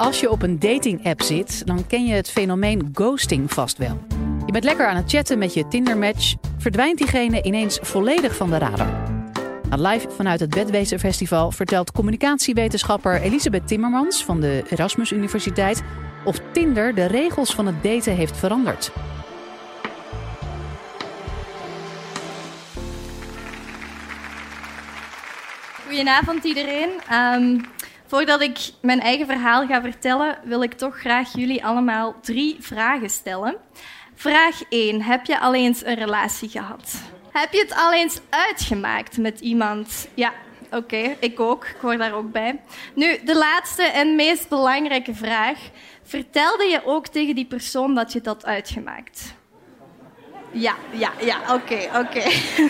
Als je op een dating-app zit, dan ken je het fenomeen ghosting vast wel. Je bent lekker aan het chatten met je Tinder-match, verdwijnt diegene ineens volledig van de radar. Live vanuit het Bedwezen Festival vertelt communicatiewetenschapper Elisabeth Timmermans van de Erasmus Universiteit of Tinder de regels van het daten heeft veranderd. Goedenavond iedereen. Voordat ik mijn eigen verhaal ga vertellen, wil ik toch graag jullie allemaal 3 vragen stellen. Vraag 1. Heb je al eens een relatie gehad? Heb je het al eens uitgemaakt met iemand? Ja, oké, ik ook. Ik hoor daar ook bij. Nu, de laatste en meest belangrijke vraag. Vertelde je ook tegen die persoon dat je het had uitgemaakt? Ja, oké.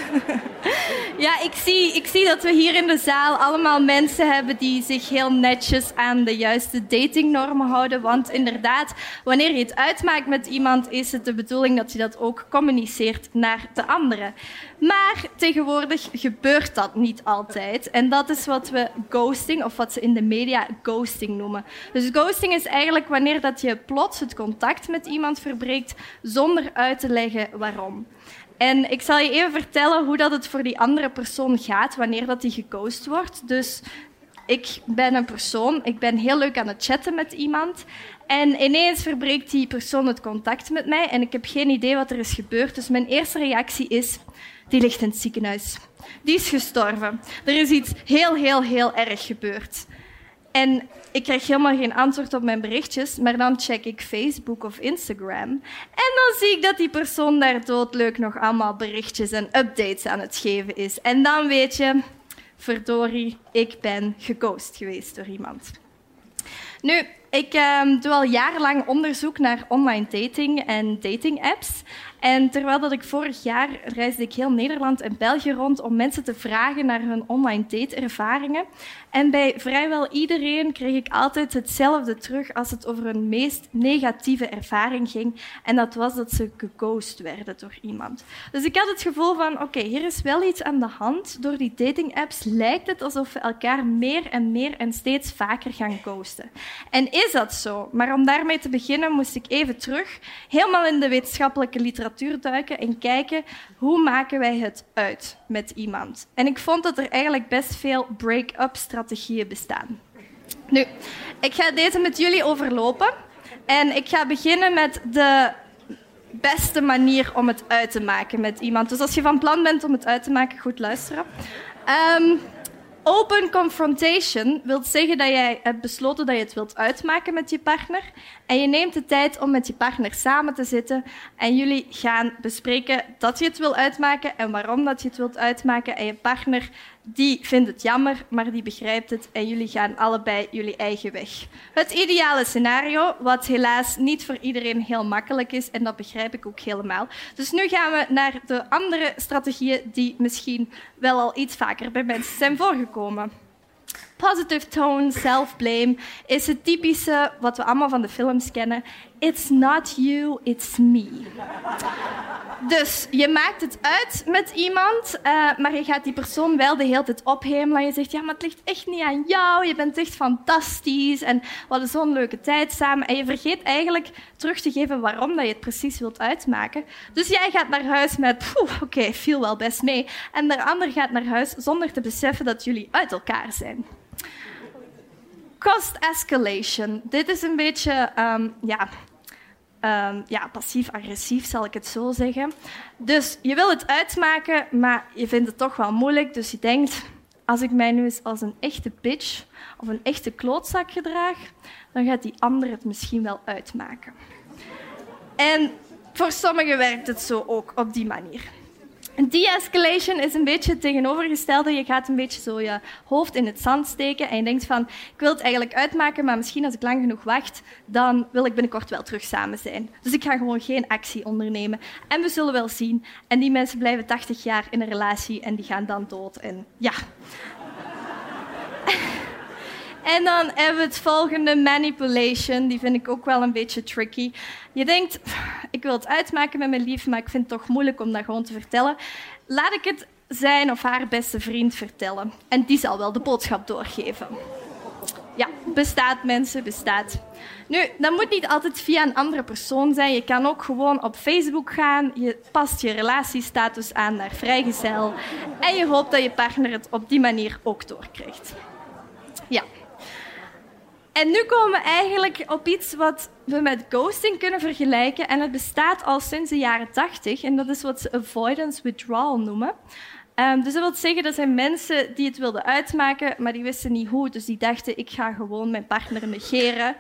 Ja, ik zie dat we hier in de zaal allemaal mensen hebben die zich heel netjes aan de juiste datingnormen houden. Want inderdaad, wanneer je het uitmaakt met iemand, is het de bedoeling dat je dat ook communiceert naar de anderen. Maar tegenwoordig gebeurt dat niet altijd. En dat is wat we ghosting, of wat ze in de media ghosting noemen. Dus ghosting is eigenlijk wanneer dat je plots het contact met iemand verbreekt zonder uit te leggen waarom. En ik zal je even vertellen hoe dat het voor die andere persoon gaat wanneer dat die geghost wordt. Dus ik ben een persoon, ik ben heel leuk aan het chatten met iemand. En ineens verbreekt die persoon het contact met mij en ik heb geen idee wat er is gebeurd. Dus mijn eerste reactie is, die ligt in het ziekenhuis. Die is gestorven. Er is iets heel erg gebeurd. En ik krijg helemaal geen antwoord op mijn berichtjes, maar dan check ik Facebook of Instagram. En dan zie ik dat die persoon daar doodleuk nog allemaal berichtjes en updates aan het geven is. En dan weet je, verdorie, ik ben geghost geweest door iemand. Nu, ik doe al jarenlang onderzoek naar online dating en datingapps. En terwijl dat ik vorig jaar reisde ik heel Nederland en België rond om mensen te vragen naar hun online date-ervaringen. En bij vrijwel iedereen kreeg ik altijd hetzelfde terug als het over hun meest negatieve ervaring ging. En dat was dat ze geghost werden door iemand. Dus ik had het gevoel van, oké, hier is wel iets aan de hand. Door die datingapps lijkt het alsof we elkaar meer en steeds vaker gaan ghosten. En is dat zo? Maar om daarmee te beginnen moest ik even terug, helemaal in de wetenschappelijke literatuur duiken en kijken hoe maken wij het uit met iemand. En ik vond dat er eigenlijk best veel break-up strategieën bestaan. Nu, ik ga deze met jullie overlopen en ik ga beginnen met de beste manier om het uit te maken met iemand. Dus als je van plan bent om het uit te maken, goed luisteren. Open confrontation wil zeggen dat jij hebt besloten dat je het wilt uitmaken met je partner. En je neemt de tijd om met je partner samen te zitten. En jullie gaan bespreken dat je het wil uitmaken en waarom dat je het wilt uitmaken. En je partner die vindt het jammer, maar die begrijpt het. En jullie gaan allebei jullie eigen weg. Het ideale scenario, wat helaas niet voor iedereen heel makkelijk is. En dat begrijp ik ook helemaal. Dus nu gaan we naar de andere strategieën die misschien wel al iets vaker bij mensen zijn voorgekomen. Positive tone, self-blame is het typische wat we allemaal van de films kennen. It's not you, it's me. Dus je maakt het uit met iemand, maar je gaat die persoon wel de hele tijd ophemelen. En je zegt, ja, maar het ligt echt niet aan jou. Je bent echt fantastisch en we hadden zo'n leuke tijd samen. En je vergeet eigenlijk terug te geven waarom dat je het precies wilt uitmaken. Dus jij gaat naar huis met, oké, viel wel best mee. En de ander gaat naar huis zonder te beseffen dat jullie uit elkaar zijn. Cost escalation. Dit is een beetje, passief-agressief, zal ik het zo zeggen. Dus je wil het uitmaken, maar je vindt het toch wel moeilijk. Dus je denkt, als ik mij nu eens als een echte bitch of een echte klootzak gedraag, dan gaat die ander het misschien wel uitmaken. En voor sommigen werkt het zo ook op die manier. De-escalation is een beetje het tegenovergestelde. Je gaat een beetje zo je hoofd in het zand steken en je denkt van, ik wil het eigenlijk uitmaken, maar misschien als ik lang genoeg wacht, dan wil ik binnenkort wel terug samen zijn. Dus ik ga gewoon geen actie ondernemen. En we zullen wel zien. En die mensen blijven 80 jaar in een relatie en die gaan dan dood. En ja... En dan hebben we het volgende, manipulation. Die vind ik ook wel een beetje tricky. Je denkt, ik wil het uitmaken met mijn lief, maar ik vind het toch moeilijk om dat gewoon te vertellen. Laat ik het zijn of haar beste vriend vertellen. En die zal wel de boodschap doorgeven. Ja, Bestaat, mensen, bestaat. Nu, dat moet niet altijd via een andere persoon zijn. Je kan ook gewoon op Facebook gaan. Je past je relatiestatus aan naar vrijgezel. En je hoopt dat je partner het op die manier ook doorkrijgt. Ja. En nu komen we eigenlijk op iets wat we met ghosting kunnen vergelijken. En het bestaat al sinds de jaren 80. En dat is wat ze avoidance withdrawal noemen. Dus dat wil zeggen, dat zijn mensen die het wilden uitmaken, maar die wisten niet hoe. Dus die dachten, ik ga gewoon mijn partner negeren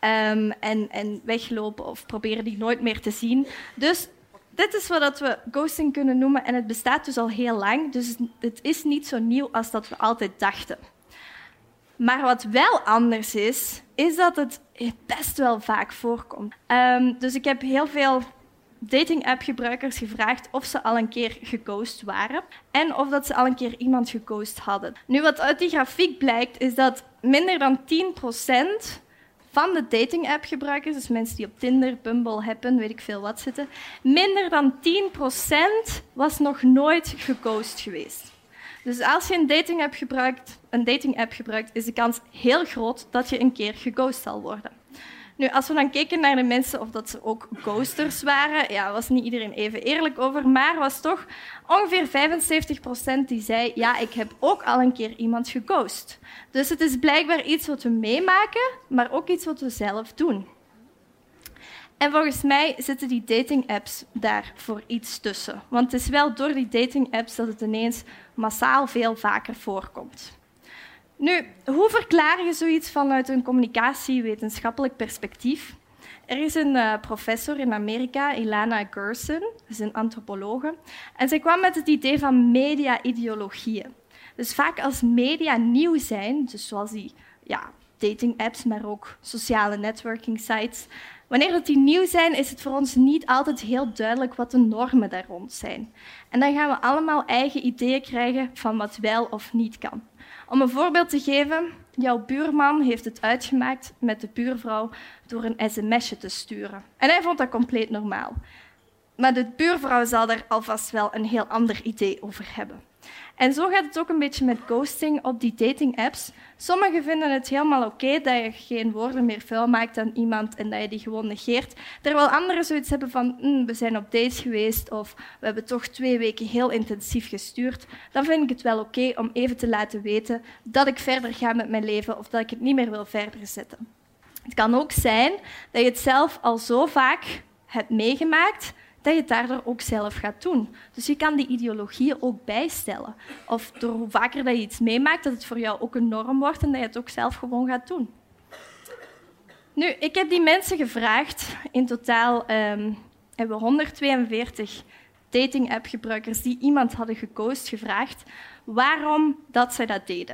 en weglopen of proberen die nooit meer te zien. Dus dit is wat we ghosting kunnen noemen en het bestaat dus al heel lang. Dus het is niet zo nieuw als dat we altijd dachten. Maar wat wel anders is dat het best wel vaak voorkomt. Dus ik heb heel veel dating-app-gebruikers gevraagd of ze al een keer geghost waren en of dat ze al een keer iemand geghost hadden. Nu, wat uit die grafiek blijkt, is dat minder dan 10% van de dating-app-gebruikers, dus mensen die op Tinder, Bumble, Happen, weet ik veel wat zitten, minder dan 10% was nog nooit geghost geweest. Dus als je een dating-app gebruikt, is de kans heel groot dat je een keer geghost zal worden. Nu, als we dan keken naar de mensen of dat ze ook ghosters waren, ja, was niet iedereen even eerlijk over, maar was toch ongeveer 75% die zei, ja, ik heb ook al een keer iemand geghost. Dus het is blijkbaar iets wat we meemaken, maar ook iets wat we zelf doen. En volgens mij zitten die dating-apps daar voor iets tussen. Want het is wel door die dating-apps dat het ineens massaal veel vaker voorkomt. Nu, hoe verklaar je zoiets vanuit een communicatiewetenschappelijk perspectief? Er is een professor in Amerika, Ilana Gerson, dat is een antropologe, en zij kwam met het idee van media-ideologieën. Dus vaak als media nieuw zijn, dus zoals die dating-apps, maar ook sociale networking sites, wanneer dat die nieuw zijn, is het voor ons niet altijd heel duidelijk wat de normen daar rond zijn. En dan gaan we allemaal eigen ideeën krijgen van wat wel of niet kan. Om een voorbeeld te geven, jouw buurman heeft het uitgemaakt met de buurvrouw door een sms'je te sturen. En hij vond dat compleet normaal. Maar de buurvrouw zal er alvast wel een heel ander idee over hebben. En zo gaat het ook een beetje met ghosting op die dating-apps. Sommigen vinden het helemaal oké dat je geen woorden meer vuil maakt aan iemand en dat je die gewoon negeert. Terwijl anderen zoiets hebben van, we zijn op date geweest of we hebben toch 2 weken heel intensief gestuurd. Dan vind ik het wel oké om even te laten weten dat ik verder ga met mijn leven of dat ik het niet meer wil verder zetten. Het kan ook zijn dat je het zelf al zo vaak hebt meegemaakt dat je het daardoor ook zelf gaat doen. Dus je kan die ideologieën ook bijstellen. Of door hoe vaker dat je iets meemaakt, dat het voor jou ook een norm wordt en dat je het ook zelf gewoon gaat doen. Nu, ik heb die mensen gevraagd. In totaal hebben we 142 dating-app-gebruikers die iemand hadden geghost gevraagd waarom dat zij dat deden.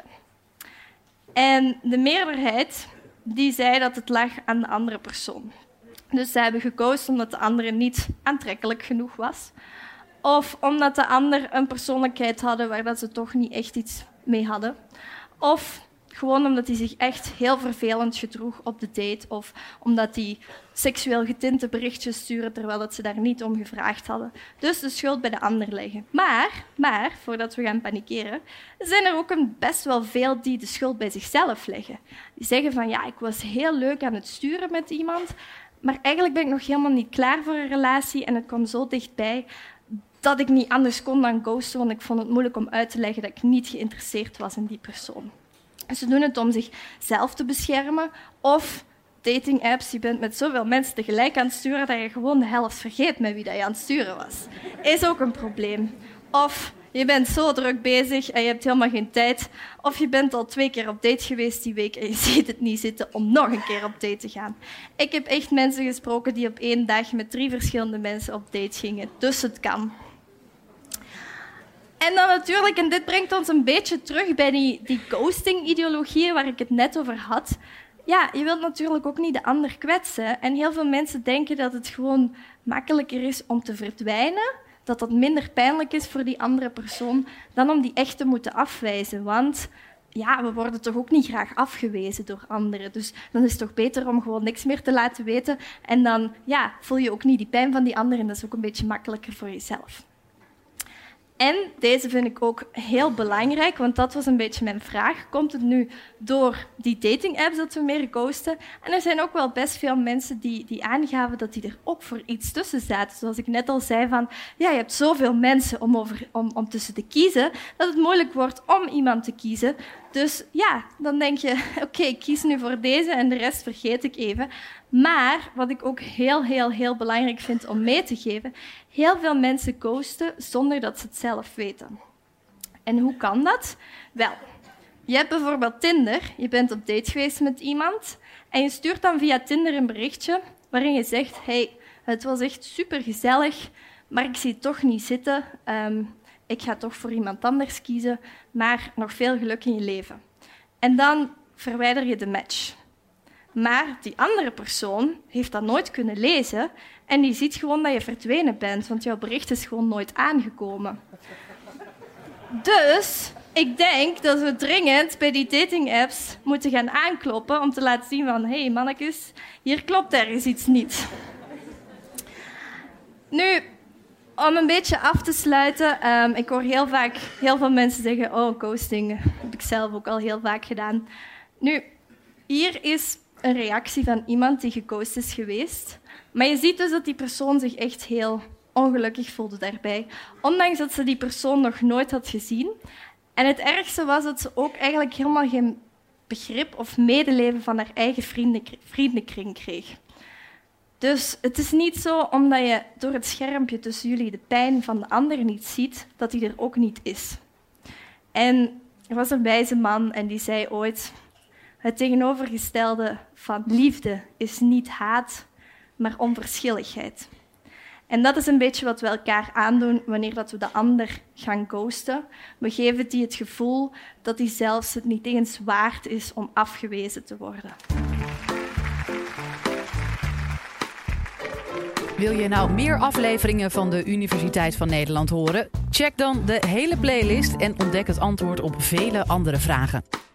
En de meerderheid die zei dat het lag aan de andere persoon. Dus ze hebben gekozen omdat de andere niet aantrekkelijk genoeg was. Of omdat de ander een persoonlijkheid hadden waar dat ze toch niet echt iets mee hadden. Of gewoon omdat hij zich echt heel vervelend gedroeg op de date. Of omdat hij seksueel getinte berichtjes stuurde terwijl dat ze daar niet om gevraagd hadden. Dus de schuld bij de ander leggen. Maar, voordat we gaan panikeren, zijn er ook best wel veel die de schuld bij zichzelf leggen. Die zeggen van, ja, ik was heel leuk aan het sturen met iemand, maar eigenlijk ben ik nog helemaal niet klaar voor een relatie en het kwam zo dichtbij dat ik niet anders kon dan ghosten, want ik vond het moeilijk om uit te leggen dat ik niet geïnteresseerd was in die persoon. Ze doen het om zichzelf te beschermen of dating-apps. Je bent met zoveel mensen tegelijk aan het sturen dat je gewoon de helft vergeet met wie dat je aan het sturen was. Is ook een probleem. Of je bent zo druk bezig en je hebt helemaal geen tijd. Of je bent al 2 keer op date geweest die week en je ziet het niet zitten om nog een keer op date te gaan. Ik heb echt mensen gesproken die op 1 dag met 3 verschillende mensen op date gingen. Dus het kan. En dan natuurlijk, en dit brengt ons een beetje terug bij die ghosting-ideologieën waar ik het net over had. Ja, je wilt natuurlijk ook niet de ander kwetsen. En heel veel mensen denken dat het gewoon makkelijker is om te verdwijnen, dat dat minder pijnlijk is voor die andere persoon dan om die echt te moeten afwijzen. Want ja, we worden toch ook niet graag afgewezen door anderen. Dus dan is het toch beter om gewoon niks meer te laten weten. En dan voel je ook niet die pijn van die ander en dat is ook een beetje makkelijker voor jezelf. En deze vind ik ook heel belangrijk, want dat was een beetje mijn vraag. Komt het nu door die dating-apps dat we meer ghosten? En er zijn ook wel best veel mensen die aangaven dat die er ook voor iets tussen zaten. Zoals ik net al zei, van, ja, je hebt zoveel mensen om tussen te kiezen, dat het moeilijk wordt om iemand te kiezen. Dus ja, dan denk je, oké, ik kies nu voor deze en de rest vergeet ik even. Maar wat ik ook heel belangrijk vind om mee te geven, heel veel mensen ghosten zonder dat ze het zelf weten. En hoe kan dat? Wel, je hebt bijvoorbeeld Tinder, je bent op date geweest met iemand en je stuurt dan via Tinder een berichtje waarin je zegt, hey, het was echt supergezellig, maar ik zie het toch niet zitten. Ik ga toch voor iemand anders kiezen, maar nog veel geluk in je leven. En dan verwijder je de match. Maar die andere persoon heeft dat nooit kunnen lezen en die ziet gewoon dat je verdwenen bent, want jouw bericht is gewoon nooit aangekomen. Dus ik denk dat we dringend bij die dating-apps moeten gaan aankloppen om te laten zien van, hey mannetjes, hier klopt ergens iets niet. Nu, om een beetje af te sluiten, ik hoor heel vaak heel veel mensen zeggen, oh, ghosting, dat heb ik zelf ook al heel vaak gedaan. Nu, hier is een reactie van iemand die geghost is geweest. Maar je ziet dus dat die persoon zich echt heel ongelukkig voelde daarbij. Ondanks dat ze die persoon nog nooit had gezien. En het ergste was dat ze ook eigenlijk helemaal geen begrip of medeleven van haar eigen vriendenkring kreeg. Dus het is niet zo omdat je door het schermpje tussen jullie de pijn van de ander niet ziet, dat die er ook niet is. En er was een wijze man en die zei ooit, het tegenovergestelde van liefde is niet haat, maar onverschilligheid. En dat is een beetje wat we elkaar aandoen wanneer dat we de ander gaan ghosten. We geven die het gevoel dat die zelfs het niet eens waard is om afgewezen te worden. Wil je nou meer afleveringen van de Universiteit van Nederland horen? Check dan de hele playlist en ontdek het antwoord op vele andere vragen.